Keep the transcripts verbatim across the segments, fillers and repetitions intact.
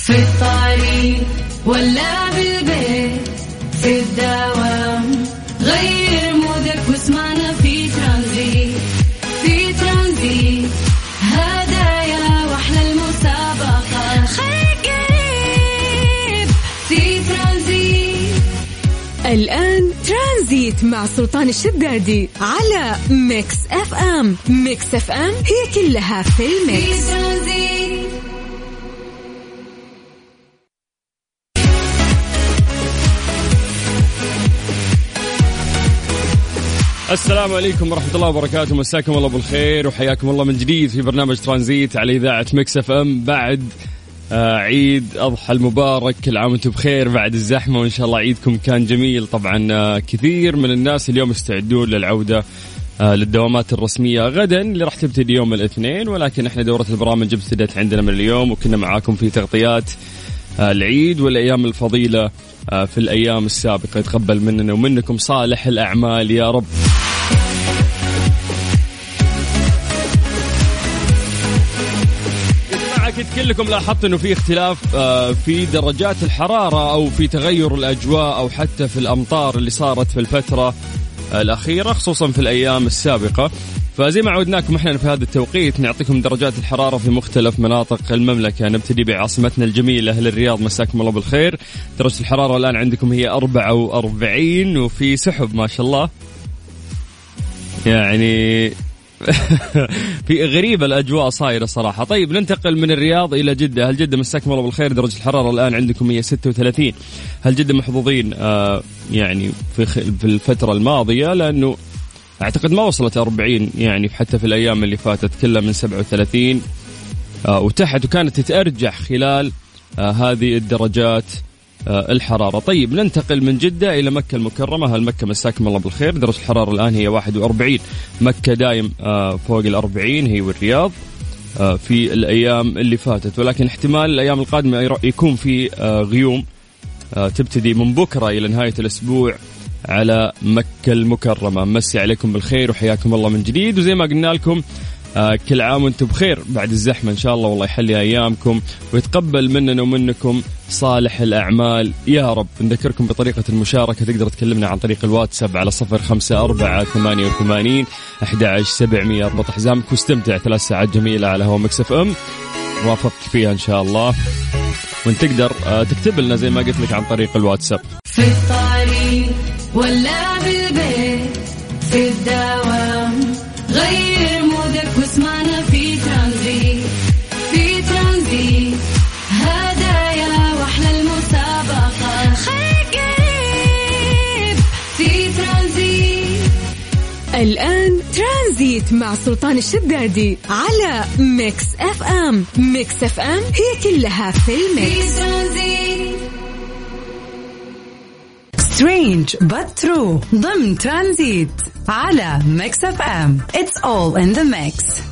في الطريق ولا بالبيت في الدوام غير مودك واسمعنا في ترانزيت. في ترانزيت هدايا واحلى المسابقة خليك قريب في ترانزيت. الآن ترانزيت مع سلطان الشدادي على ميكس اف ام. ميكس اف ام هي كلها في الميكس. في ترانزيت السلام عليكم ورحمة الله وبركاته، مساكم الله بالخير وحياكم الله من جديد في برنامج ترانزيت على إذاعة ميكس اف ام بعد آه عيد أضحى المبارك. كل عام وانتم بخير بعد الزحمة، وإن شاء الله عيدكم كان جميل. طبعا آه كثير من الناس اليوم يستعدون للعودة آه للدوامات الرسمية غدا اللي راح تبتدي يوم الاثنين، ولكن احنا دورة البرامج ابتدت عندنا من اليوم، وكنا معاكم في تغطيات آه العيد والأيام الفضيلة آه في الأيام السابقة. يتقبل مننا ومنكم صالح الأعمال يا رب. أكيد كلكم لاحظت أنه في اختلاف في درجات الحرارة أو في تغير الأجواء أو حتى في الأمطار اللي صارت في الفترة الأخيرة خصوصا في الأيام السابقة. فزي ما عودناكم احنا في هذا التوقيت نعطيكم درجات الحرارة في مختلف مناطق المملكة. نبتدي بعاصمتنا الجميلة أهل الرياض، مساكم الله بالخير. درجة الحرارة الآن عندكم هي أربعة وأربعين وفي سحب ما شاء الله، يعني في غريبة الأجواء صايرة صراحة. طيب ننتقل من الرياض إلى جدة. هل جدة مساكم الله بالخير، درجة الحرارة الآن عندكم هي ستة وثلاثين. هل جدة محظوظين آه يعني في, في الفترة الماضية، لأنه أعتقد ما وصلت أربعين يعني حتى في الأيام اللي فاتت كلها من سبعة وثلاثين آه وتحت، وكانت تتأرجح خلال آه هذه الدرجات آه الحرارة. طيب ننتقل من جدة إلى مكة المكرمة. هل مكة مساكم الله بالخير، درجة الحرارة الآن هي واحد وأربعين. مكة دايم آه فوق الأربعين هي والرياض آه في الأيام اللي فاتت، ولكن احتمال الأيام القادمة يكون في آه غيوم آه تبتدي من بكرة إلى نهاية الأسبوع على مكة المكرمة. مسي عليكم بالخير وحياكم الله من جديد. وزي ما قلنا لكم آه كل عام وانتم بخير بعد الزحمة إن شاء الله، والله يحلي أيامكم ويتقبل مننا ومنكم صالح الأعمال يا رب. نذكركم بطريقة المشاركة، تقدر تكلمنا عن طريق الواتساب على صفر خمسة أربعة ثمانية وثمانين أحد عشر سبعمية. اربط حزامك واستمتع ثلاث ساعات جميلة على هوا ميكس اف ام وافقك فيها إن شاء الله. وانت تقدر آه تكتب لنا زي ما قلت لك عن طريق الواتساب. في الطريق ولا بالبيت في الدوام غير مودك واسمعنا في ترانزيت. في ترانزيت هدايا واحلى المسابقة خليك قريب في ترانزيت. الآن ترانزيت مع سلطان الشدادي على ميكس اف ام. ميكس اف ام هي كلها في الميكس. في ترانزيت Strange but true ضمن ترانزيت على ميكس اف ام. It's all in the mix.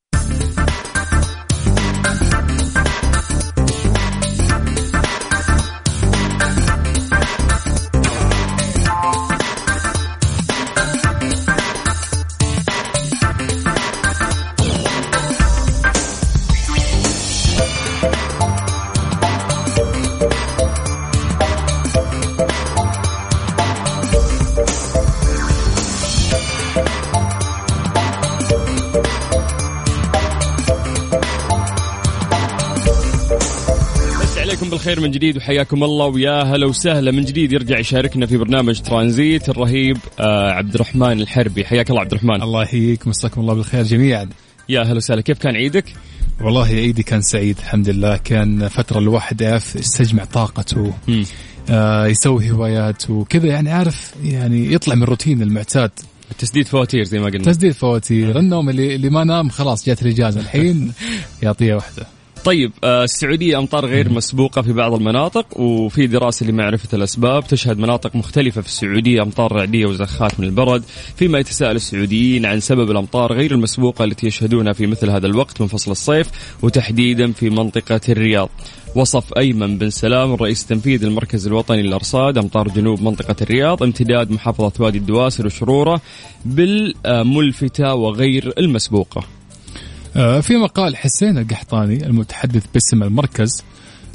بالخير من جديد وحياكم الله ويا هلا وسهلا من جديد. يرجع يشاركنا في برنامج ترانزيت الرهيب آه عبد الرحمن الحربي. حياك الله عبد الرحمن. الله يحييك، مساكم الله بالخير جميعا. يا هلا وسهلا. كيف كان عيدك؟ والله عيدي كان سعيد الحمد لله. كان فترة الواحد يعرف يستجمع طاقته آه يسوي هوايات وكذا، يعني عارف يعني يطلع من الروتين المعتاد. تسديد فواتير زي ما قلنا. تسديد فواتير. النوم اللي, اللي ما نام خلاص جات الإجازة الحين يعطيها واحدة. طيب السعودية أمطار غير مسبوقة في بعض المناطق، وفي دراسة لمعرفة الأسباب تشهد مناطق مختلفة في السعودية أمطار رعدية وزخات من البرد، فيما يتساءل السعوديين عن سبب الأمطار غير المسبوقة التي يشهدونها في مثل هذا الوقت من فصل الصيف وتحديدا في منطقة الرياض. وصف أيمن بن سلام الرئيس التنفيذي المركز الوطني للأرصاد أمطار جنوب منطقة الرياض امتداد محافظة وادي الدواسر وشرورة بالملفتة وغير المسبوقة. في مقال حسين القحطاني المتحدث باسم المركز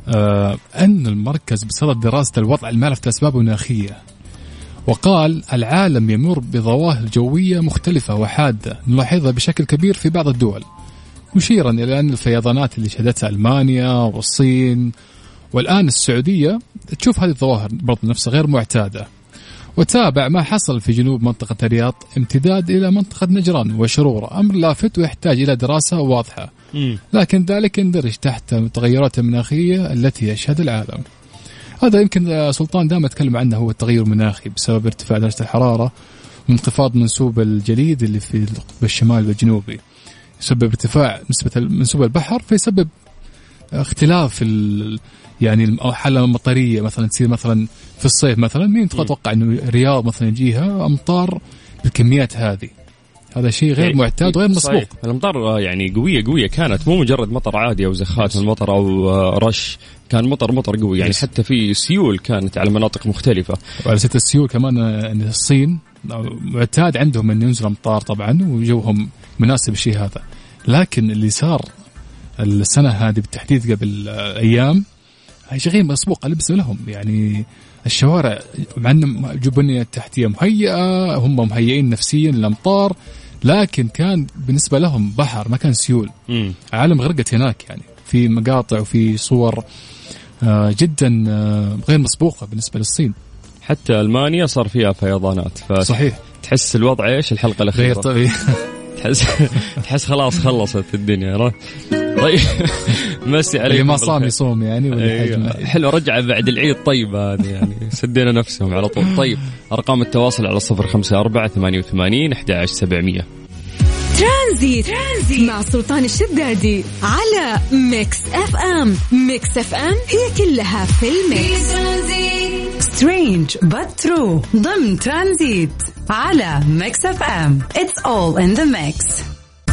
آه أن المركز بصدد دراسة الوضع المالي في الأسباب المناخية، وقال العالم يمر بظواهر جوية مختلفة وحادة نلاحظها بشكل كبير في بعض الدول، مشيرا إلى أن الفيضانات اللي شهدتها ألمانيا والصين والآن السعودية تشوف هذه الظواهر برضو نفسها غير معتادة. وتابع ما حصل في جنوب منطقة الرياض امتداد إلى منطقة نجران وشرورة، أمر لافت ويحتاج إلى دراسة واضحة، لكن ذلك يندرج تحت التغيرات المناخية التي يشهد العالم. هذا يمكن سلطان دائما يتكلم عنه، هو التغير المناخي بسبب ارتفاع درجة الحرارة وانخفاض منسوب الجليد اللي في القطب الشمالي والجنوبي، يسبب ارتفاع نسبة منسوب البحر، فيسبب اختلاف ال يعني الحالة المطرية مثلا تصير مثلا في الصيف مثلا مين تتوقع انه الرياض مثلا يجيها امطار بالكميات هذه؟ هذا شيء غير معتاد وغير مسبوق. الامطار يعني قوية قوية كانت، مو مجرد مطر عادي او زخات من المطر او رش، كان مطر مطر قوي يعني. يس. حتى في سيول كانت على مناطق مختلفة. وعلى سيرة السيول كمان ان الصين معتاد عندهم ان ينزل امطار طبعا وجوهم مناسب الشيء هذا، لكن اللي صار السنة هذه بالتحديد قبل أيام هاي شيء غير مسبوق بالنسبة لهم. يعني الشوارع مع أن البنية التحتية مهيئة، هم مهيئين نفسيا للأمطار، لكن كان بالنسبة لهم بحر ما كان سيول. م. عالم غرقت هناك يعني، في مقاطع وفي صور جدا غير مسبوقة بالنسبة للصين. حتى ألمانيا صار فيها فيضانات. صحيح. تحس الوضع إيش الحلقة الأخيرة غير طبيعي. تحس تحس خلاص خلصت الدنيا. طيب مسي عليكم اللي ما صام يصوم يعني ولا أيوة. حلو رجع بعد العيد طيبة هذه يعني سدينا نفسهم على طول. طيب أرقام التواصل على صفر خمسة أربعة ثمانية وثمانين أحد عشر سبعمية. ترانزيت. ترانزيت مع سلطان الشدادي على ميكس اف ام. ميكس اف ام هي كلها في الميكس. سترينج but true ضمن ترانزيت على ميكس اف ام. It's all in the mix.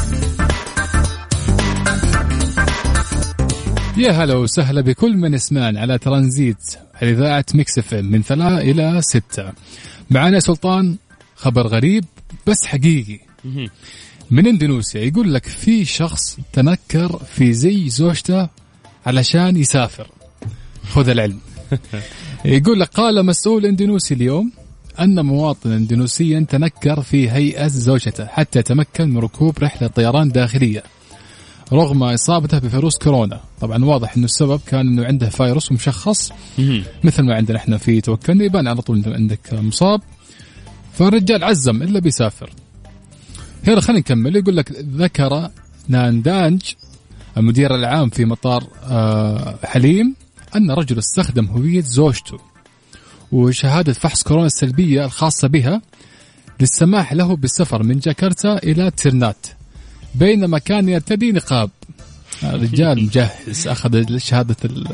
يا هلا وسهلا بكل من يسمعنا على ترانزيت على إذاعة ميكس اف ام من ثلاثة إلى ستة. معنا سلطان خبر غريب بس حقيقي من اندونيسيا. يقول لك في شخص تنكر في زي زوجته علشان يسافر. خذ العلم. يقول لك قال مسؤول اندونيسي اليوم أن مواطن اندونيسي تنكر في هيئة زوجته حتى يتمكن من ركوب رحلة طيران داخلية رغم إصابته بفيروس كورونا. طبعا واضح أنه السبب كان أنه عنده فيروس مشخص مثل ما عندنا احنا في توكلنا يبان على طول عندك مصاب، فالرجال عزم إلا بيسافر. هنا خلينا نكمل. يقول لك ذكر ناندانج المدير العام في مطار حليم أن رجل استخدم هوية زوجته وشهادة فحص كورونا السلبية الخاصة بها للسماح له بالسفر من جاكرتا إلى تيرنات بينما كان يرتدي نقاب. الرجال مجهز، أخذ شهادة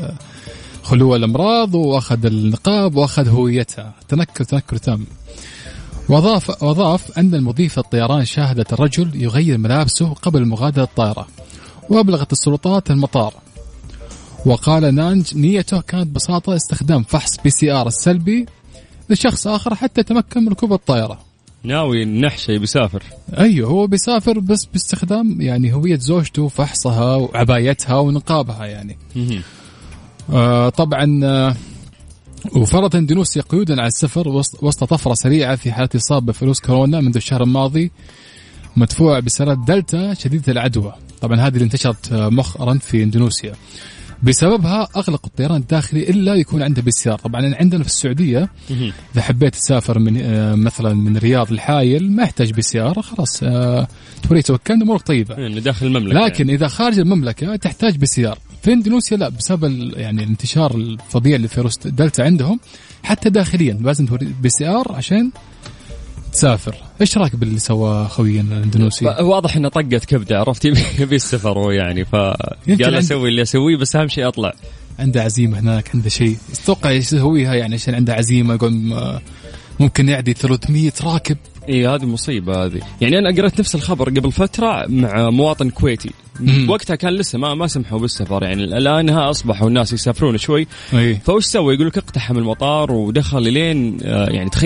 خلو الأمراض وأخذ النقاب وأخذ هويتها. تنكر تنكر تام. وضاف وضاف أن المضيفة الطيران شاهدت الرجل يغير ملابسه قبل مغادرة الطائرة وأبلغت السلطات المطار. وقال نانج نيته كانت ببساطة استخدام فحص بي سي آر السلبي لشخص آخر حتى يتمكن من ركوب الطائرة. ناوي نحشي بيسافر. أيوه هو بيسافر بس باستخدام يعني هوية زوجته فحصها وعبايتها ونقابها يعني. آه طبعا آه وفرضت اندونيسيا قيودا على السفر وسط طفرة سريعة في حالة إصابة بفيروس كورونا منذ الشهر الماضي مدفوع بسرعة دلتا شديدة العدوى. طبعا هذه اللي انتشرت مؤخرا في اندونيسيا بسببها أغلقوا الطيران الداخلي إلا يكون عنده بي سي آر. طبعا عندنا في السعودية إذا حبيت تسافر من مثلا من الرياض الحايل ما يحتاج بي سي آر، خلاص توري توكلنا أمورك طيبة يعني داخل المملكة. لكن يعني إذا خارج المملكة تحتاج بي سي آر. في اندونيسيا لا، بسبب يعني انتشار الفظيع لفيروس دلتا عندهم حتى داخليا لازم توري بي سي آر عشان تسافر. ايش رايك باللي سوى خوينا الاندونيسي؟ واضح انه طقت كبده، عرفت يبي السفر هو يعني، فقال اسوي اللي اسويه بس اهم شيء اطلع. عنده عزيمه هناك، عنده شيء يتوقع يسويها يعني عشان عنده عزيمه. يقول ممكن يعدي ثلاثمية راكب. اي هذه مصيبه هذه. يعني انا قرأت نفس الخبر قبل فتره مع مواطن كويتي مم. وقتها كان لسه ما ما سمحوا بالسفر، يعني الانها اصبحوا الناس يسافرون شوي. أي. فوش سوى؟ يقول لك اقتحم المطار ودخل لين يعني تخيل انه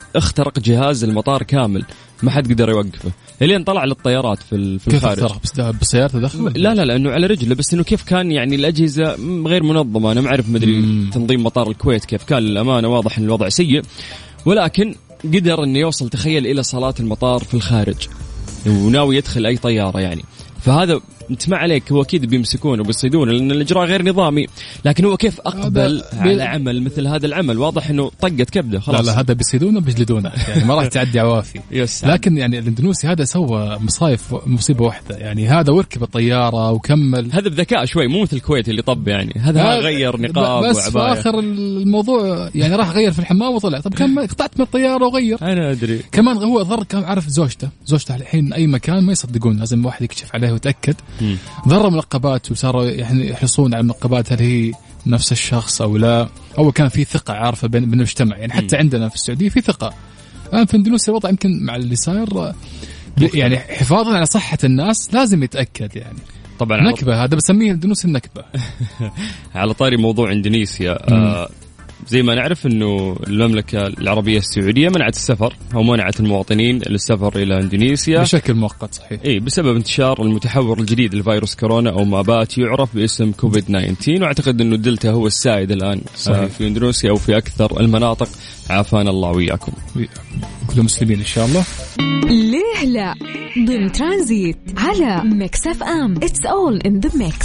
اخترق جهاز المطار كامل، ما حد قدر يوقفه لين طلع للطيارات في في الخارج. كيف اخترق؟ بسيارته دخل؟ لا لا لا انه على رجله، بس انه كيف كان يعني الاجهزه غير منظمه. انا ما اعرف مدري تنظيم مطار الكويت كيف كان، للامانه واضح ان الوضع سيء، ولكن قدر انه يوصل تخيل الى صالات المطار في الخارج وناوي يدخل اي طياره يعني. فهذا انت ما عليك، هو اكيد بيمسكونه وبيصيدونه لان الاجراء غير نظامي، لكن هو كيف اقبل على عمل مثل هذا العمل؟ واضح انه طقت كبده خلاص. لا لا هذا بيصيدونه بيجلدونه يعني ما راح تعدي عوافي. لكن يعني الاندونيسي هذا سوى مصايف مصيبه واحده يعني، هذا وركب الطياره وكمل. هذا بذكاء شوي، مو مثل الكويتي اللي طب يعني، هذا غير نقاب بس وعباية. في اخر الموضوع يعني راح غير في الحمام وطلع. طب كم قطعت من الطياره وغير. انا ادري كمان هو ضر، كان عارف زوجته زوجته الحين اي مكان ما يصدقون، لازم واحد يكشف عليه ويتاكد. ضر منقبات وصاروا يعني يحرصون على المنقبات هل هي نفس الشخص او لا. اول كان في ثقه عارفه بين المجتمع يعني، حتى م. عندنا في السعوديه في ثقه. الان في اندونيسيا الوضع يمكن مع اللي صاير يعني حفاظا على صحه الناس لازم يتاكد يعني. طبعا نكبه، هذا بسميه اندونيسيا النكبه. على طاري موضوع اندونيسيا، آه زي ما نعرف انه المملكه العربيه السعوديه منعت السفر او منعت المواطنين للسفر الى اندونيسيا بشكل مؤقت. صحيح. اي بسبب انتشار المتحور الجديد لفيروس كورونا او ما بات يعرف باسم كوفيد تسعة عشر، واعتقد انه الدلتا هو السائد الان صحيح. في اندونيسيا او في اكثر المناطق. عافانا الله وياكم كل المسلمين ان شاء الله. ليه لا ضمن ترانزيت على ميكس اف ام. It's all in the mix.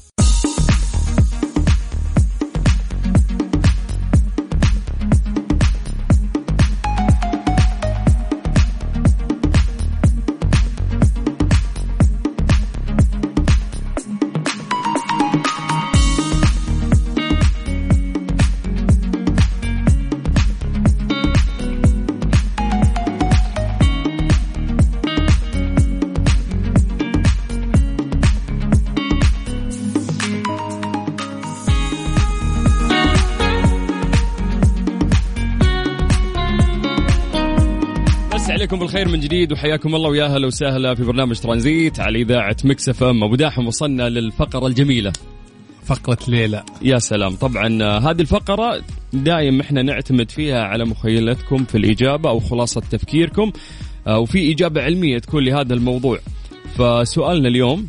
عليكم بالخير من جديد وحياكم الله ويا اهلا وسهلا في برنامج ترانزيت على إذاعة ميكس اف ام. ابو داحم وصلنا للفقرة الجميلة، فقرة ليلى. يا سلام. طبعا هذه الفقرة دائما احنا نعتمد فيها على مخيلتكم في الإجابة أو خلاصة تفكيركم، وفي إجابة علمية تكون لهذا الموضوع. فسؤالنا اليوم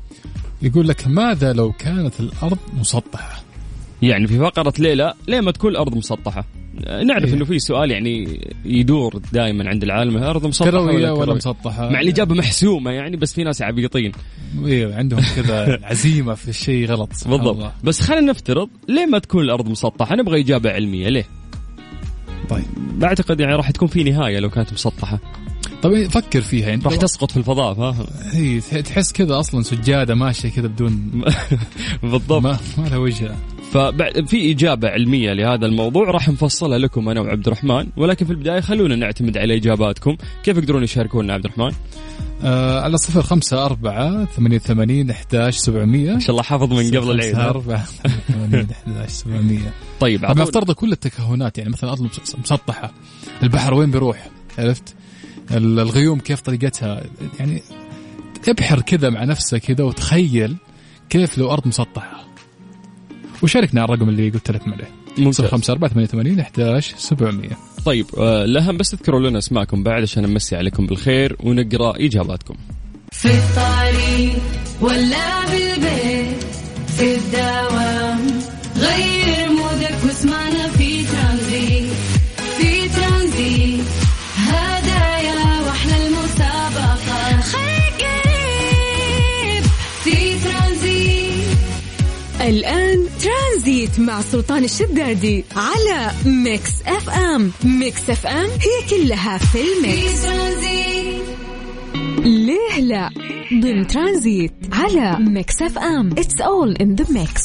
يقول لك ماذا لو كانت الأرض مسطحة؟ يعني في فقرة ليلى ليه ما تكون الأرض مسطحة؟ نعرف إيه؟ إنه في سؤال يعني يدور دائما عند العالم، الأرض مسطحة كروية ولا مسطحة؟ مع الإجابة محسومة يعني، بس في ناس عبيطين إيه عندهم كذا عزيمة في الشيء غلط. بالضبط. بس خلينا نفترض ليه ما تكون الأرض مسطحة، نبغى إجابة علمية ليه. طيب بعتقد يعني راح تكون في نهاية لو كانت مسطحة. طيب فكر فيها يعني، راح تسقط في الفضاء. ها هي تحس كذا أصلا سجادة ماشية كذا بدون بالضبط ما, ما لها وجه. ففي إجابة علمية لهذا الموضوع راح نفصلها لكم أنا وعبد الرحمن، ولكن في البداية خلونا نعتمد على إجاباتكم. كيف يقدرون يشاركونا عبد الرحمن؟ آه على صفر خمسة أربعة ثمانية ثمانين إحداش سبعمية. إن شاء الله حافظ من قبل العيد. أربعة ثمانين إحداش سبعمية. طيب طبعا افترض كل التكهنات يعني، مثلا أرض مسطحة، البحر وين بيروح؟ عرفت الغيوم كيف طريقتها يعني؟ ابحر كذا مع نفسك كذا وتخيل كيف لو أرض مسطحة، وشاركنا على الرقم اللي قلت لكم عليه صفر خمسة أربعة ثمانية ثمانين إحداش سبعمية. طيب آه لهم بس تذكروا لنا اسماءكم بعد عشان نمسي عليكم بالخير ونقرأ إجاباتكم. في الطريق ولا بالبيت في الدوام غير مودك واسمعنا في ترانزيت. في ترانزيت هدايا واحلى المسابقة خليك قريب في ترانزيت. الآن ترانزيت مع سلطان الشدادي على ميكس اف ام. ميكس اف ام هي كلها في الميكس. ليه لا ضمن ترانزيت على ميكس اف ام. It's all in the mix.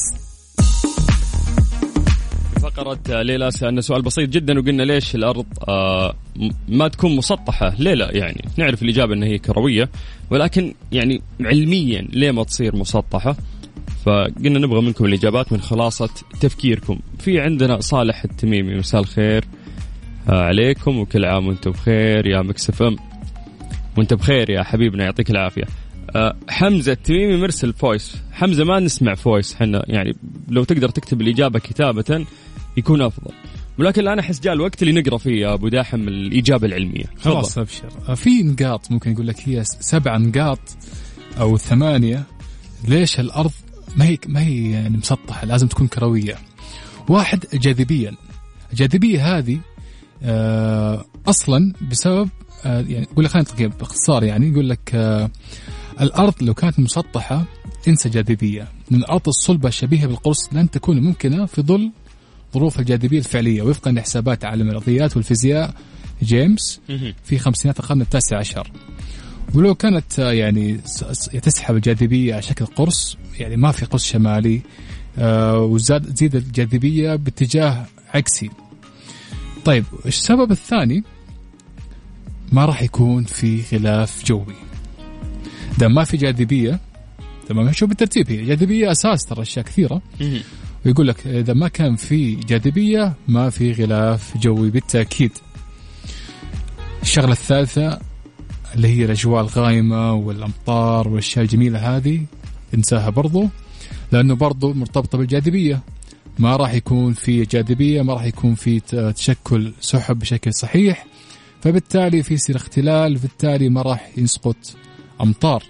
فقرة ليلى سألنا سؤال بسيط جدا وقلنا ليش الأرض آه ما تكون مسطحة؟ ليه لا يعني نعرف الإجابة أنها هي كروية، ولكن يعني علميا ليه ما تصير مسطحة؟ فقلنا نبغى منكم الإجابات من خلاصة تفكيركم. في عندنا صالح التميمي، مساء الخير عليكم وكل عام وانتم بخير يا ميكس اف ام. وانت بخير يا حبيبنا يعطيك العافية. أه حمزة التميمي مرسل فويس. حمزة ما نسمع فويس حنا يعني، لو تقدر تكتب الإجابة كتابة يكون أفضل. ولكن الآن أحس جاء الوقت اللي نقرأ فيه يا أبو داحم الإجابة العلمية. خلاص أبشر. في نقاط ممكن يقول لك هي سبع نقاط أو ثمانية ليش الأرض ما هي ما هي يعني مسطحة، لازم تكون كروية. واحد جاذبيا، الجاذبية هذه آه أصلا بسبب آه يعني يقول لك خلينا نطقها باختصار، يعني يقول لك آه الأرض لو كانت مسطحة انسى جاذبية، من الأرض الصلبة الشبيهة بالقرص لن تكون ممكنة في ظل ظروف الجاذبية الفعلية وفقا لحسابات عالم الرياضيات والفيزياء جيمس في خمسينات القرن التاسع عشر. ولو كانت يعني تسحب الجاذبية على شكل قرص، يعني ما في قرص شمالي آه وزاد زيد الجاذبية باتجاه عكسي. طيب إيش السبب الثاني؟ ما راح يكون في غلاف جوي. ده ما في جاذبية، تمام؟ شوف بالترتيب، هي جاذبية أساس ترى أشياء كثيرة. ويقول لك إذا ما كان في جاذبية ما في غلاف جوي بالتأكيد. الشغلة الثالثة اللي هي الأجواء الغائمة والأمطار والأشياء الجميلة هذه انساها برضو، لأنه برضو مرتبطة بالجاذبية. ما راح يكون في جاذبية، ما راح يكون في تشكل سحب بشكل صحيح، فبالتالي في يصير اختلال، بالتالي ما راح يسقط أمطار.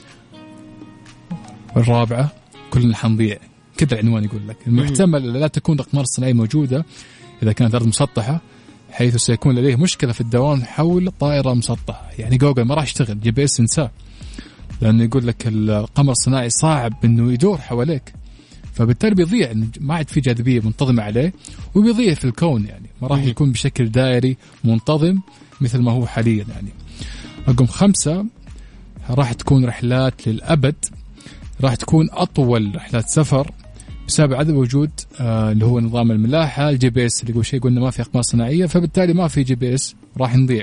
والرابعة كلنا حنضيع، كذا العنوان يقول لك المحتمل لا تكون الأقمار الصناعية موجودة إذا كانت الأرض مسطحة، حيث سيكون لديه مشكلة في الدوران حول طائرة مسطحة. يعني جوجل ما راح يشتغل، جي بي اس انساه، لأنه يقول لك القمر الصناعي صعب إنه يدور حواليك، فبالتالي بيضيع، ما عاد في جاذبية منتظمة عليه وبيضيع في الكون. يعني ما راح يكون بشكل دائري منتظم مثل ما هو حاليا. يعني رقم خمسة راح تكون رحلات للأبد، راح تكون أطول رحلات سفر بسبب عدم وجود آه اللي هو نظام الملاحة. الجي بي اس اللي قبل شيء قلنا ما في أقمار صناعية، فبالتالي ما في جي بي اس، راح نضيع.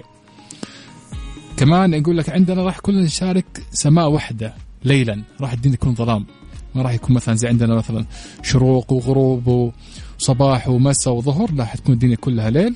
كمان يقول لك عندنا راح كلنا نشارك سماء واحدة ليلا، راح الدين يكون ظلام، ما راح يكون مثلا زي عندنا مثلا شروق وغروب وصباح ومساء وظهر، لا حتكون الدنيا كلها ليل.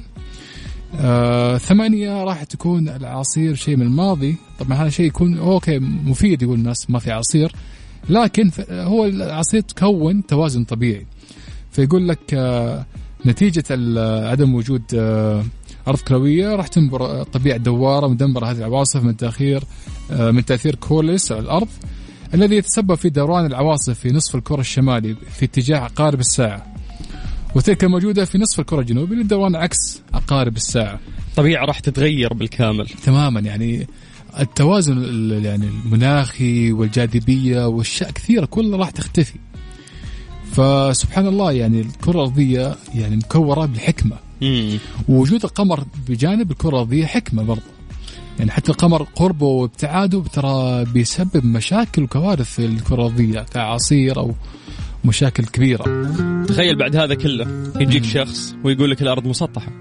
آه ثمانية راح تكون العصير شيء من الماضي. طبعا هذا شيء يكون أوكي مفيد، يقول الناس ما في عصير، لكن هو العصير تكون توازن طبيعي. فيقول لك آه نتيجة عدم وجود آه أرض كروية راح تنبر طبيعة دوارة مدمرة هذه العواصف من تأخير آه من تأثير كورلس على الأرض، الذي يتسبب في دوران العواصف في نصف الكرة الشمالي في اتجاه عقارب الساعة، وتلك موجودة في نصف الكرة الجنوبي للدوران عكس عقارب الساعة. طبيعة راح تتغير بالكامل تماما. يعني التوازن يعني المناخي والجاذبية والأشياء كثيرة كلها راح تختفي. فسبحان الله، يعني الكرة الأرضية يعني مكورة بالحكمة. مم. ووجود القمر بجانب الكرة الأرضية حكمة برضه. يعني حتى القمر قربه وابتعاده ترى بيسبب مشاكل وكوارث في الكرة الأرضية كأعاصير أو مشاكل كبيرة. تخيل بعد هذا كله يجيك شخص ويقول لك الأرض مسطحة.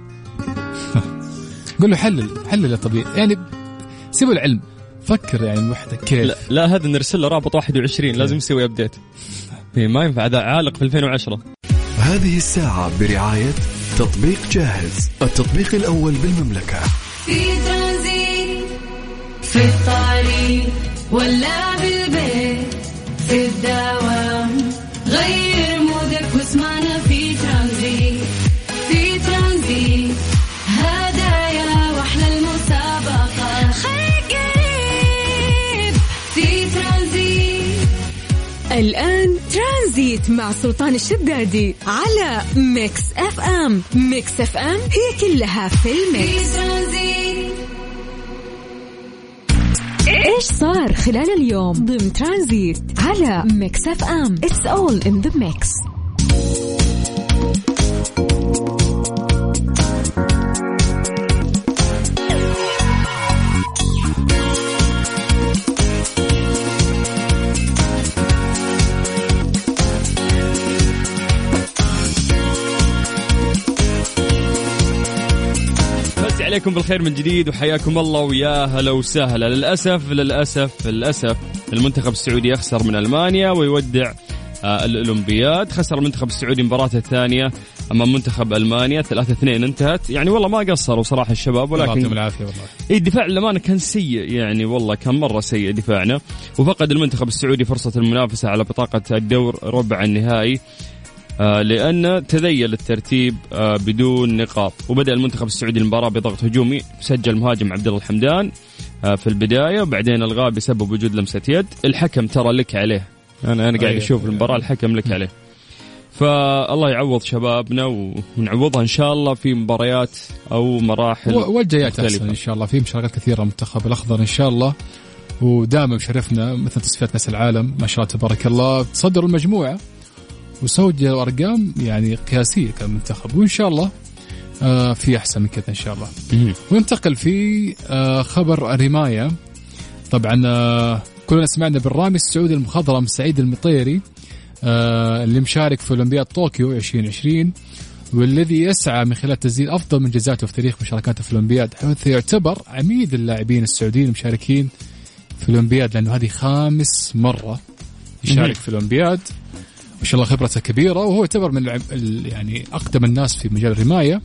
قل له حلل حلل الطبيعي، يعني سيبوا العلم، فكر يعني لوحدك كيف. لا, لا هذا نرسل له رابط واحد وعشرين لازم يسوي أبديت. ما ينفع، هذا عالق في ألفين وعشرة. هذه الساعة برعاية تطبيق جاهز، التطبيق الأول بالمملكة. في ترانزيت، في الطريق ولا بالبيت، في الدوام غير مودك واسمعنا في ترانزيت. في ترانزيت هدايا واحلى المسابقة، خليك قريب في ترانزيت. الآن ترانزيت مع سلطان الشدادي على ميكس اف ام. ميكس اف ام هي كلها في الميكس. ايش صار خلال اليوم ضمن ترانزيت على ميكس اف ام. It's all in the mix. عليكم بالخير من جديد وحياكم الله ويا هلا وسهلا. للأسف للأسف للأسف المنتخب السعودي يخسر من ألمانيا ويودع آه الأولمبياد. خسر المنتخب السعودي مباراته الثانية أمام منتخب ألمانيا ثلاثة اثنين انتهت. يعني والله ما قصروا صراحة الشباب، ولكن العافية والله. الدفاع للأمانة كان سيء، يعني والله كان مرة سيء دفاعنا. وفقد المنتخب السعودي فرصة المنافسة على بطاقة الدور ربع النهائي لأن تذيل الترتيب بدون نقاط. وبدأ المنتخب السعودي المباراة بضغط هجومي، سجل مهاجم عبد الله الحمدان في البداية وبعدين ألغاه بسبب وجود لمسة يد. الحكم ترى لك عليه، أنا أنا قاعد أشوف المباراة الحكم لك عليه. فالله يعوض شبابنا ونعوضها إن شاء الله في مباريات أو مراحل والجايات أحسن إن شاء الله. في مشاركات كثيرة منتخب الأخضر إن شاء الله، ودائما مشرفنا مثل تصفيات كأس العالم ما شاء الله تبارك الله، تصدروا المجموعة وسجلوا أرقام يعني قياسية كمنتخب، وإن شاء الله آه في أحسن من كذا إن شاء الله. وننتقل في آه خبر الرماية. طبعا آه كلنا سمعنا بالرامي السعودي المخضرم سعيد المطيري آه اللي مشارك في أولمبياد طوكيو عشرين عشرين، والذي يسعى من خلال تسجيل أفضل منجزاته في تاريخ مشاركاته في الأولمبياد، حيث يعتبر عميد اللاعبين السعوديين المشاركين في الأولمبياد، لأنه هذه خامس مرة يشارك في الأولمبياد. ما شاء الله خبرته كبيرة، وهو يعتبر من يعني أقدم الناس في مجال الرماية.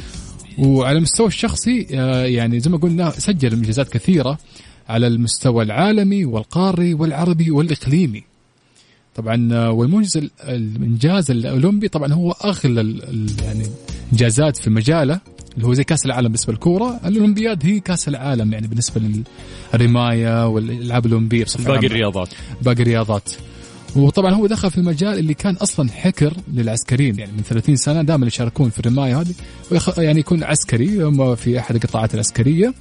وعلى المستوى الشخصي يعني زي ما قلنا سجل إنجازات كثيرة على المستوى العالمي والقاري والعربي والإقليمي. طبعا والمنجز الإنجاز الأولمبي طبعا هو أغلى يعني إنجازات في مجاله، اللي هو زي كأس العالم بالنسبة للكورة. الأولمبياد هي كأس العالم يعني بالنسبة للرماية والألعاب الأولمبية، باقي الرياضات باقي الرياضات. وطبعا هو دخل في المجال اللي كان أصلا حكر للعسكريين، يعني من ثلاثين سنة دائما يشاركون في الرماية هذه، يعني يكون عسكري في أحد القطاعات العسكرية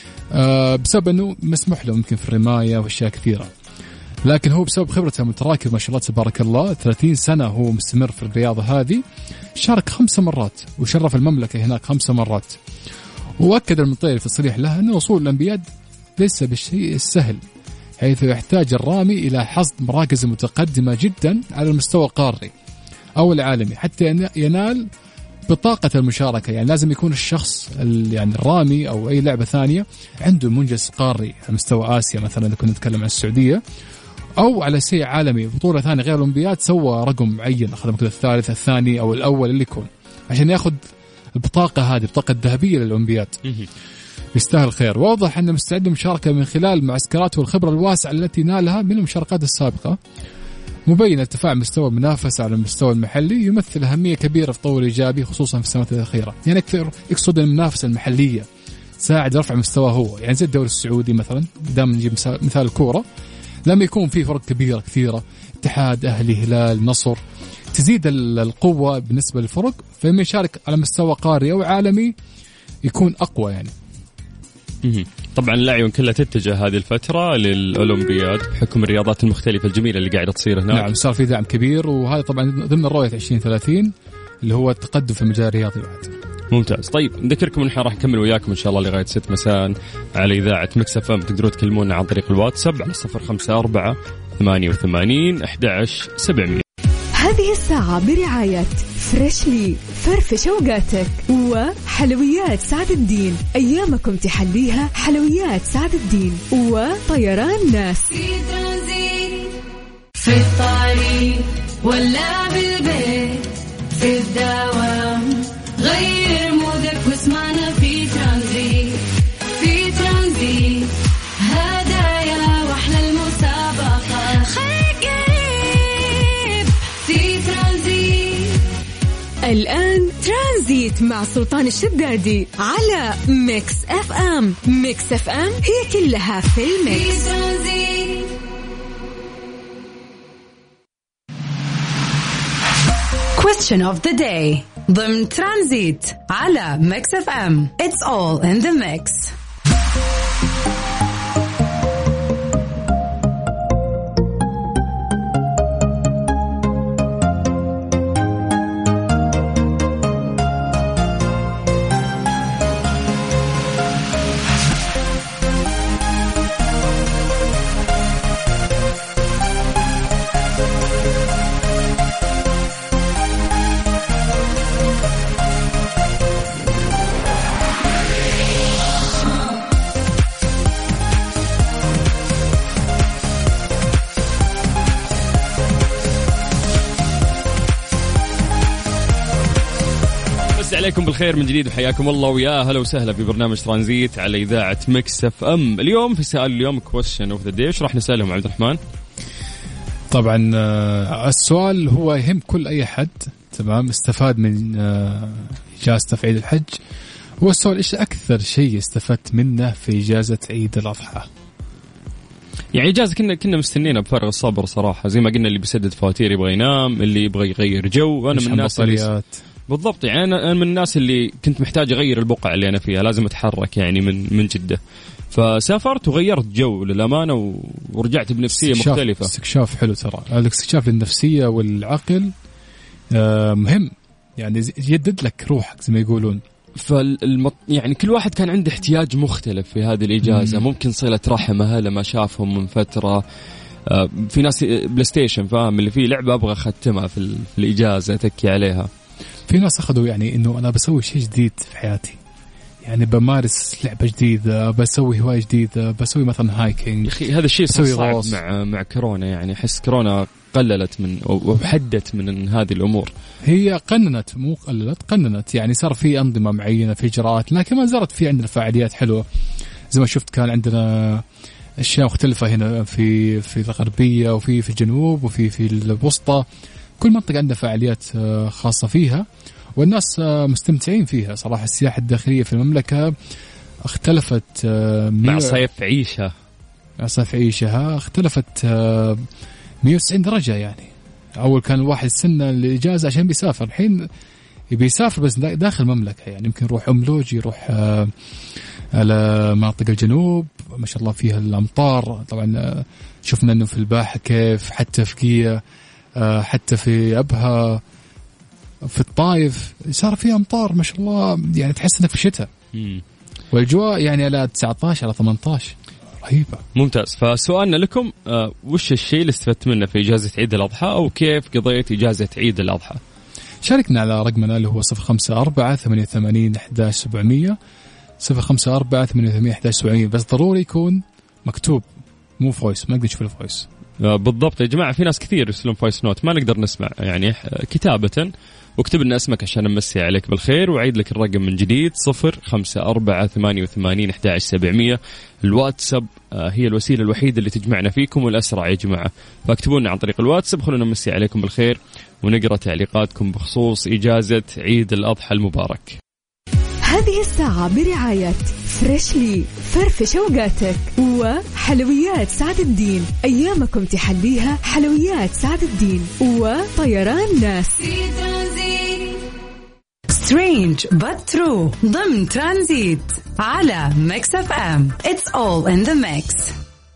آه بسبب أنه مسموح له ممكن في الرماية وأشياء كثيرة. لكن هو بسبب خبرته المتراكمة ما شاء الله تبارك الله، ثلاثين سنة هو مستمر في الرياضة هذه، شارك خمس مرات وشرف المملكة هناك خمس مرات. وأكد المطيري في الصريح له أن وصول الأولمبياد ليس بالشيء السهل، حيث يحتاج الرامي إلى حصد مراكز متقدمة جدا على المستوى القاري أو العالمي حتى ينال بطاقة المشاركة. يعني لازم يكون الشخص يعني الرامي أو أي لعبة ثانية عنده منجز قاري على مستوى آسيا مثلا إذا كنا نتكلم عن السعودية، أو على شيء عالمي بطولة ثانية غير الأولمبياد سوى رقم معين، أخذ المركز الثالث الثاني أو الأول اللي يكون، عشان يأخذ البطاقة هذه البطاقة الذهبية للأولمبياد. يستاهل خير. ووضح أنه مستعد للمشاركة من خلال معسكراته والخبرة الواسعة التي نالها من المشاركات السابقة، مبين ارتفاع مستوى المنافسة على المستوى المحلي يمثل أهمية كبيرة في تطور إيجابي خصوصا في السنوات الأخيرة. يعني أكثر يقصد المنافسة المحلية ساعد رفع مستوى هو، يعني زي الدوري السعودي مثلا، دائما نجيب مثال الكورة، لما يكون في فرق كبيرة كثيرة اتحاد أهلي هلال نصر، تزيد القوة بالنسبة للفرق، فلما يشارك على مستوى قاري أو عالمي يكون أقوى يعني. طبعا الأعين كلها تتجه هذه الفترة للأولمبياد بحكم الرياضات المختلفة الجميلة اللي قاعدة تصير هناك. نعم صار في دعم كبير، وهذا طبعا ضمن الرؤية عشرين ثلاثين اللي هو التقدم في المجال الرياضي بعد. ممتاز. طيب نذكركم ان احنا راح نكمل وياكم ان شاء الله لغايه ستة مساء على اذاعه مكس اف ام. تقدروا تكلمونا عن طريق الواتساب على صفر خمسة أربعة ثمانية وثمانين أحد عشر سبعمية. هذه الساعة برعاية فريشلي فرفش اوقاتك، وحلويات سعد الدين، ايامكم تحليها حلويات سعد الدين، وطيران ناس. في ترانزيت في الطريق ولا بالبيت في الدوام، غير مودك واسمعنا في ترانزيت. في ترانزيت هدايا واحلى المسابقة، خير قريب في ترانزيت. الآن ترانزيت مع سلطان الشدادي على ميكس اف ام. ميكس اف ام هي كلها في الميكس. في ترانزيت Question of the day ضمن ترانزيت على ميكس اف ام. It's all in the mix. عليكم بالخير من جديد وحياكم الله ويا هلا وسهلا في برنامج ترانزيت على إذاعة ميكس اف ام. اليوم في سؤال اليوم كويستشن اوف ذا داي، ايش راح نسألهم عبد الرحمن؟ طبعا السؤال هو يهم كل أي حد تمام استفاد من إجازة في عيد الحج. والسؤال إيش أكثر شيء استفدت منه في إجازة عيد الأضحى؟ يعني إجازة كنا كنا مستنينا بفارغ الصبر صراحة، زي ما قلنا اللي بيسدد فواتير يبغى ينام، اللي يبغى يغير جو. أنا من الناس اللي بالضبط يعني أنا من الناس اللي كنت محتاج أغير البقعة اللي أنا فيها، لازم أتحرك يعني من من جدة، فسافرت وغيرت جو للأمانة ورجعت بنفسية استكشاف مختلفة. استكشاف حلو ترى، الاستكشاف للنفسية والعقل مهم، يعني يجدد لك روحك زي ما يقولون. فالمط... يعني كل واحد كان عنده احتياج مختلف في هذه الإجازة. مم. ممكن صلة رحم أهله ما شافهم من فترة، آه في ناس بلاي ستيشن فاهم اللي فيه لعبة أبغى أختمها في, ال... في الإجازة تكي عليها. في ناس أخذوا يعني إنه أنا بسوي شيء جديد في حياتي، يعني بمارس لعبة جديدة، بسوي هواية جديدة، بسوي مثلا هايكينج. أخي هذا الشيء صعب مع مع كورونا، يعني حس كورونا قللت من وحدت من هذه الأمور. هي قننت مو قللت، قننت يعني صار في أنظمة معينة في إجراءات، لكن ما زالت في عندنا فعاليات حلوة زي ما شفت. كان عندنا أشياء مختلفة هنا في في الغربية وفي في الجنوب وفي في الوسطى، كل منطقة عندها فعاليات خاصة فيها والناس مستمتعين فيها صراحة. السياحة الداخلية في المملكة اختلفت مع صيف عيشها مع صيف عيشها اختلفت مية وتسعين درجة. يعني أول كان الواحد سنة الإجازة عشان بيسافر، الحين بيسافر بس داخل المملكة، يعني يمكن يروح أملوج، يروح على مناطق الجنوب ما شاء الله فيها الأمطار. طبعا شفنا أنه في الباحة كيف، حتى في كيا، حتى في أبها، في الطائف صار فيها أمطار ما شاء الله، يعني تحس أنك في شتاء. والأجواء يعني على تسعة عشر على ثمانية عشر رهيبة. ممتاز. فسؤالنا لكم آه وش الشيء اللي استفدت منه في إجازة عيد الأضحى، أو كيف قضيت إجازة عيد الأضحى؟ شاركنا على رقمنا اللي هو صفر خمسة أربعة ثمانية ثمانين أحد عشر سبعمية صفر خمسة أربعة ثمانية ثمانين أحد عشر سبعمية، بس ضروري يكون مكتوب مو فويس، ما نقدر نشوف الفويس. آه بالضبط يا جماعة، في ناس كثير يرسلون فويس نوت ما نقدر نسمع، يعني كتابة. واكتب لنا اسمك عشان نمسي عليك بالخير. وعيد لك الرقم من جديد صفر خمسة أربعة ثمانية ثمانين أحد عشر سبعمية. الواتساب هي الوسيلة الوحيدة اللي تجمعنا فيكم والأسرع يا جماعة، فاكتبونا عن طريق الواتساب، خلونا نمسي عليكم بالخير ونقرأ تعليقاتكم بخصوص إجازة عيد الأضحى المبارك. هذه الساعة برعاية فريشلي، فرفش اوقاتك، وحلويات سعد الدين، أيامكم تحليها حلويات سعد الدين، وطيران ناس. سترينج but true ضمن ترانزيت على ميكس اف ام. It's all in the mix.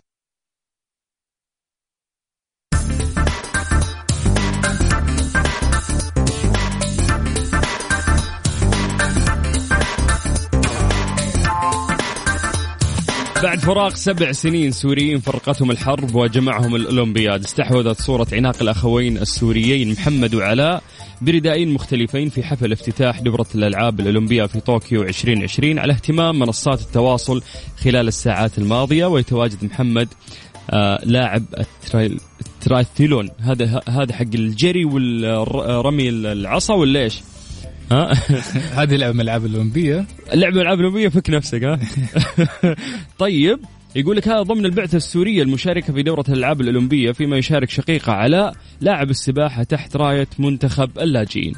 بعد فراق سبع سنين سوريين فرقتهم الحرب وجمعهم الأولمبياد، استحوذت صورة عناق الأخوين السوريين محمد وعلاء بردائين مختلفين في حفل افتتاح دورة الألعاب الأولمبية في طوكيو عشرين عشرين على اهتمام منصات التواصل خلال الساعات الماضية. ويتواجد محمد آه لاعب الترايثلون، هذا هذا حق الجري والرمي العصا ولا ايش؟ ها هذه لعبة من الألعاب الأولمبية. اللعبة من الألعاب الأولمبية فك نفسك ها. طيب يقول لك هذا ضمن البعثة السورية المشاركة في دورة الألعاب الأولمبية، فيما يشارك شقيقة علاء لاعب السباحة تحت راية منتخب اللاجئين.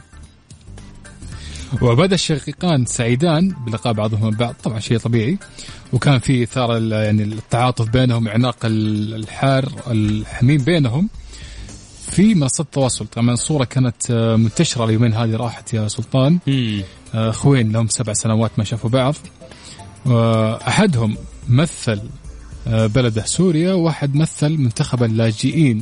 وبدأ الشقيقان سعيدان بلقاء بعضهم البعض، طبعا شيء طبيعي، وكان في إثارة يعني التعاطف بينهم، عناق الحار الحميم بينهم في منصات التواصل. طبعا الصورة كانت منتشرة اليومين هذه راحت يا سلطان. أخوين لهم سبع سنوات ما شافوا بعض، أحدهم مثل بلده سوريا، واحد مثل منتخب اللاجئين،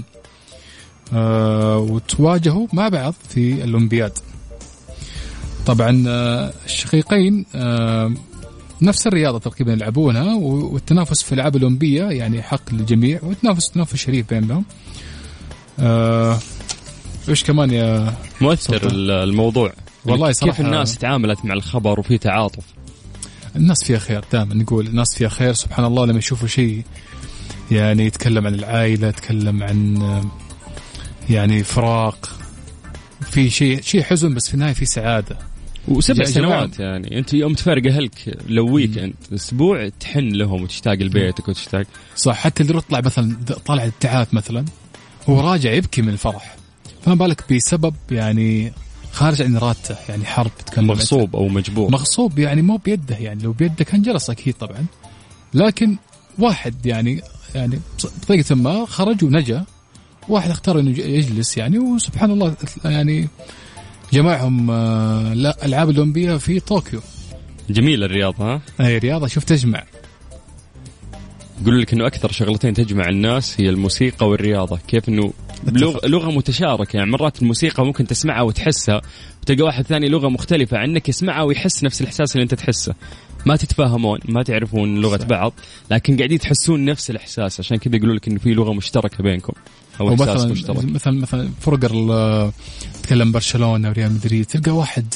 وتواجهوا مع بعض في الأولمبياد. طبعا الشقيقين نفس الرياضة تقريبا يلعبونها، والتنافس في الألعاب الأولمبية يعني حق للجميع، وتنافس تنافس شريف بينهم. آه، إيش كمان يا مؤثر صوت. الموضوع والله صراحة كيف الناس تعاملت مع الخبر وفي تعاطف. الناس فيها خير، دائما نقول الناس فيها خير سبحان الله. لما يشوفوا شيء يعني يتكلم عن العائلة، يتكلم عن يعني فراق، في شيء شيء حزن بس في النهاية في سعادة. وسبع سنوات يعني أنت يوم تفارق أهلك لو ويكند أسبوع تحن لهم وتشتاق لبيتك وتشتاق صح. حتى اللي يطلع مثلا طالع التعاث مثلا هو راجع يبكي من الفرح، فما بالك بسبب يعني خارج عن إرادته، يعني حرب تكلم، مغصوب أو مجبور. مغصوب يعني مو بيده، يعني لو بيده كان جلس أكيد طبعا، لكن واحد يعني يعني بطريقة ما خرج ونجا، واحد اختار إنه يجلس يعني، وسبحان الله يعني جمعهم الألعاب الأولمبية في طوكيو. جميل الرياضة، ها؟ أي رياضة شوف تجمع. يقول لك إنه أكثر شغلتين تجمع الناس هي الموسيقى والرياضة. كيف إنه لغة, لغة متشاركة، يعني مرات الموسيقى ممكن تسمعها وتحسها، وتلقى واحد ثاني لغة مختلفة عنك يسمعها ويحس نفس الإحساس اللي أنت تحسه. ما تتفاهمون، ما تعرفون لغة بعض، لكن قاعدين تحسون نفس الإحساس. عشان كذا يقولوا لك إنه في لغة مشتركة بينكم أو إحساس مشترك. مثلا مثلا فرقر تكلم برشلونة وريال مدريد، تلقى واحد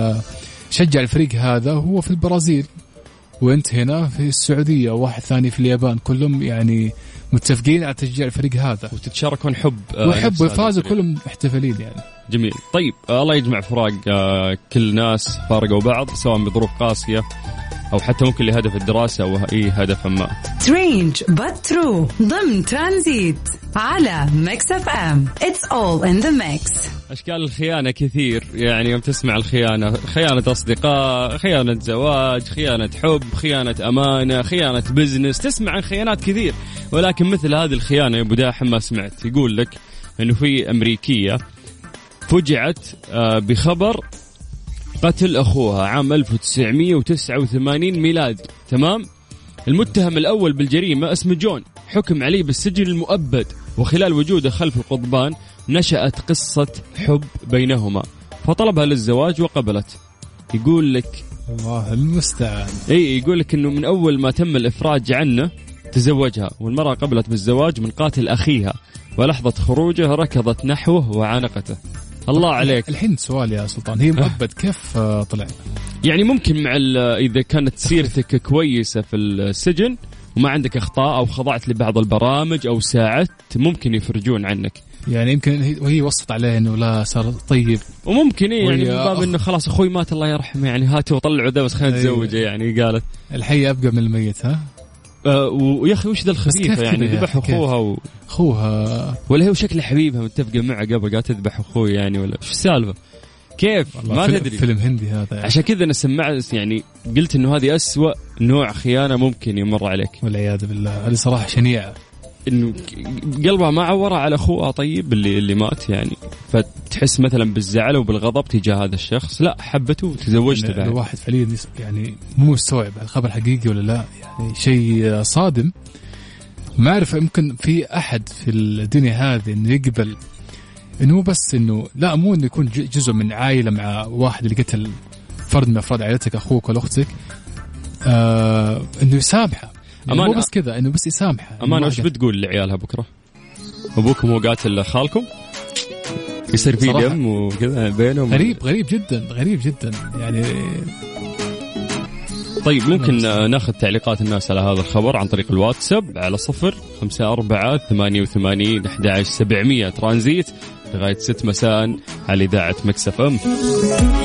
شجع الفريق هذا وهو في البرازيل، وانت هنا في السعودية، وواحد ثاني في اليابان، كلهم يعني متفقين على تشجيع الفريق هذا، وتتشاركون حب وحب ويفازوا كلهم محتفلين يعني. جميل. طيب الله يجمع فراق كل ناس فارقوا بعض، سواء بظروف قاسية أو حتى ممكن لهدف الدراسة أو أي هدف ما. Strange but true ضمن ترانزيت على ميكس اف ام. It's all in the mix. أشكال الخيانة كثير، يعني يوم تسمع الخيانة، خيانة أصدقاء، خيانة زواج، خيانة حب، خيانة أمانة، خيانة بزنس، تسمع عن خيانات كثير. ولكن مثل هذه الخيانة يا أبو داحم ما سمعت. يقول لك أنه في أمريكية فجعت بخبر قتل أخوها عام ألف وتسعمائة وتسعة وثمانين ميلاد. تمام. المتهم الأول بالجريمة اسمه جون، حكم عليه بالسجن المؤبد، وخلال وجوده خلف القضبان نشأت قصة حب بينهما، فطلبها للزواج وقبلت. يقول لك الله المستعان. اي يقول لك انه من اول ما تم الافراج عنه تزوجها، والمرأة قبلت بالزواج من قاتل اخيها، ولحظة خروجه ركضت نحوه وعانقته. الله عليك. الحين سؤال يا سلطان، هي مؤبد كيف طلع؟ يعني ممكن مع إذا كانت سيرتك كويسة في السجن وما عندك أخطاء أو خضعت لبعض البرامج أو ساعدت، ممكن يفرجون عنك. يعني يمكن وهي وصفت عليه إنه لا صار طيب، وممكن إيه يعني من باب إنه خلاص أخوي مات الله يرحمه، يعني هاتوا وطلعوا ذا بس خلينا نتزوجه. يعني قالت الحي أبقى من الميت. ها أه ويا أخي وش ذا الخبيثة يعني ذبح أخوها و... أخوها ولا هي شكل حبيبها متفقة معه قبل قالت تذبح أخوي يعني، ولا شو السالفة؟ كيف ما فيلم تدري. فيلم هندي هذا يعني. عشان كذا أنا سمعت يعني قلت إنه هذه أسوأ نوع خيانة ممكن يمر عليك، والعياذ بالله. هذه صراحة شنيعة، إنه قلبها ما عورها على أخوها طيب اللي اللي مات يعني، فتحس مثلا بالزعل وبالغضب تجاه هذا الشخص، لا حبته وتزوجته بعد. الواحد فعليا يعني مو مستوعب الخبر حقيقي ولا لا، يعني شيء صادم. ما أعرف يمكن في أحد في الدنيا هذه إنه يقبل إنه بس إنه لا، مو إنه يكون جزء من عائلة مع واحد اللي قتل فرد من أفراد عائلتك، أخوك ولا أختك، آه إنه يسامحه. يعني مو بس كذا إنه بس يسامحه. أمانة وش بتقول لعيالها بكرة؟ أبوكم هو قاتل خالكم؟ يصير في دم وكذا بينهم. غريب غريب جدا غريب جدا يعني. طيب ممكن ناخذ تعليقات الناس على هذا الخبر عن طريق الواتساب على صفر خمسة أربعة ثمانية وثمانين أحد عشر سبعمية. ترانزيت لغاية ست مساء على إذاعة ميكس اف ام.